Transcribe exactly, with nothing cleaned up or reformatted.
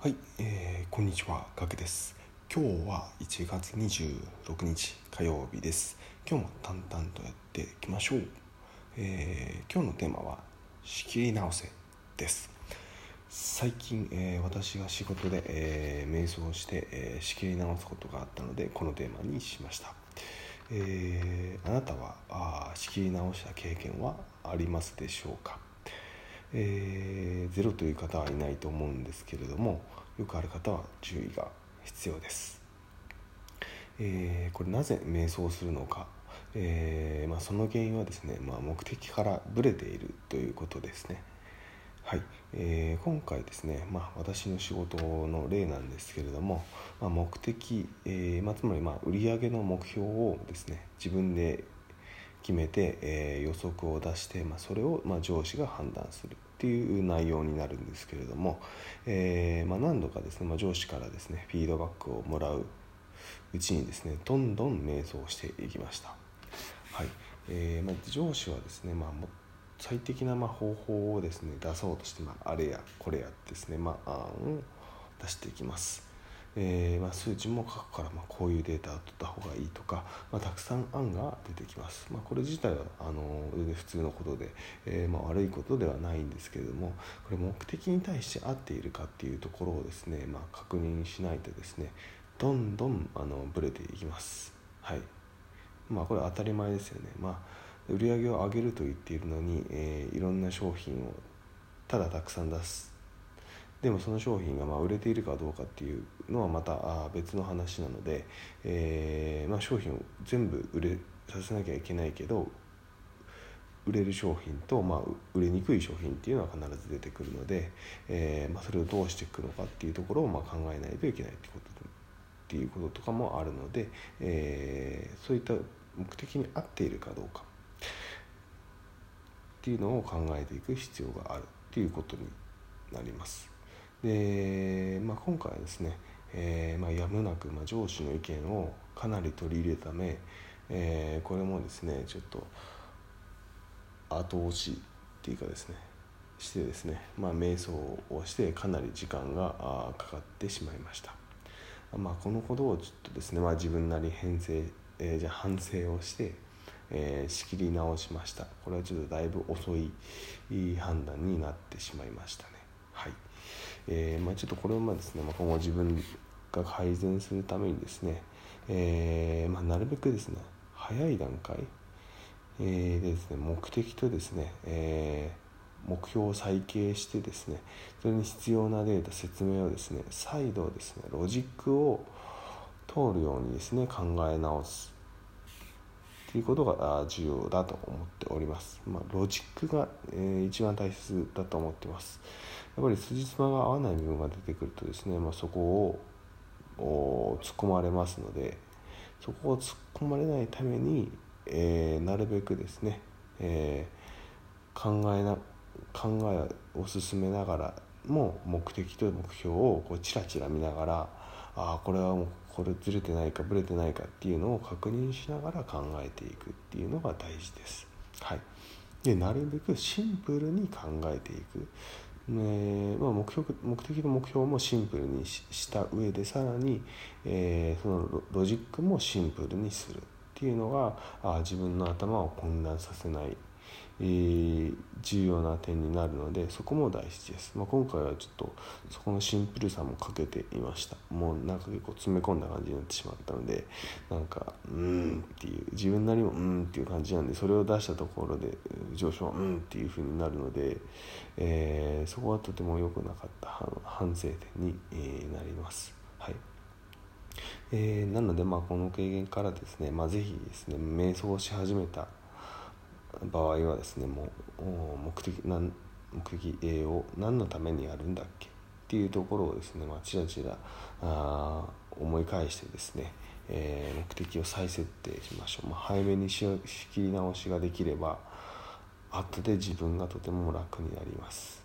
はい、えー、こんにちは、ガクです。今日はいちがつにじゅうろくにち火曜日です。今日も淡々とやっていきましょう。えー、今日のテーマは仕切り直せです。最近、えー、私が仕事で、えー、瞑想して、えー、仕切り直すことがあったのでこのテーマにしました。えー、あなたはあ仕切り直した経験はありますでしょうか？えー、ゼロという方はいないと思うんですけれども、よくある方は注意が必要です。えー、これなぜ瞑想するのか、えーまあ、その原因はですね、まあ、目的からブレているということですね。はい、えー、今回ですね、まあ、私の仕事の例なんですけれども、まあ、目的、えーまあ、つまりまあ売上の目標をですね自分で決めて、えー、予測を出して、まあ、それをまあ上司が判断するっていう内容になるんですけれども、えーまあ、何度かですね、まあ、上司からですねフィードバックをもらううちにですねどんどん迷走していきました。はい、えーまあ、上司はですね、まあ、最適なまあ方法をですね出そうとして、まあ、あれやこれやですね、まあ、案を出していきます。えーまあ、数値も書くから、まあ、こういうデータを取った方がいいとか、まあ、たくさん案が出てきます。まあ、これ自体はあの普通のことで、えーまあ、悪いことではないんですけれども、これ目的に対して合っているかっていうところをですね、まあ、確認しないとですねどんどんあのブレていきます。はい、まあこれは当たり前ですよね。まあ売り上げを上げると言っているのに、えー、いろんな商品をただたくさん出す。でもその商品がまあ売れているかどうかっていうのはまた別の話なので、えーまあ、商品を全部売れさせなきゃいけないけど、売れる商品と、まあ、売れにくい商品っていうのは必ず出てくるので、えーまあ、それをどうしていくのかっていうところをまあ考えないといけないってことっていうこととかもあるので、えー、そういった目的に合っているかどうかっていうのを考えていく必要があるっていうことになります。で、まあ、今回はですね、えーまあ、やむなく、まあ、上司の意見をかなり取り入れるため、えー、これもですねちょっと後押しっていうかですねしてですね、まあ、瞑想をしてかなり時間がかかってしまいました。まあ、このことをちょっとですね、まあ、自分なり編成、えー、じゃあ反省をして、えー、仕切り直しました。これはちょっとだいぶ遅い判断になってしまいましたね。はい、えーまあ、ちょっとこれをまあですね、まあ、今後自分が改善するためにですね、えーまあ、なるべくですね早い段階、えー、でですね目的とですね、えー目標を再計してですね、それに必要なデータ説明をですね再度ですねロジックを通るようにですね考え直すということが重要だと思っております。まあ、ロジックが、えー、一番大切だと思っています。やっぱり辻褄が合わない部分が出てくるとですね、まあ、そこを突っ込まれますので、そこを突っ込まれないために、えー、なるべくですね、えー、考えな考えを進めながらも目的と目標をこうチラチラ見ながら、ああこれはもうこれずれてないかブレてないかっていうのを確認しながら考えていくっていうのが大事です。はい、でなるべくシンプルに考えていく、えーまあ、目標目的と目標もシンプルにした上でさらに、えー、その ロ, ロジックもシンプルにするっていうのがあ自分の頭を混乱させない、えー、重要な点になるので、そこも大事です。まあ、今回はちょっとそこのシンプルさも欠けていました。もうなんか結構詰め込んだ感じになってしまったので、なんかうーんっていう自分なりもうーんっていう感じなんで、それを出したところで上昇はうーんっていう風になるので、えー、そこはとても良くなかった反省点に、えー、なります。はい、えー、なのでまあこの経験からですね、まあ、ぜひですね瞑想をし始めた場合はですね、もう目的なん目的 A を何のためにやるんだっけっていうところをですね、まあ、ちらちらあ思い返してですね、えー、目的を再設定しましょう。まあ、早めに仕切り直しができれば後で自分がとても楽になります。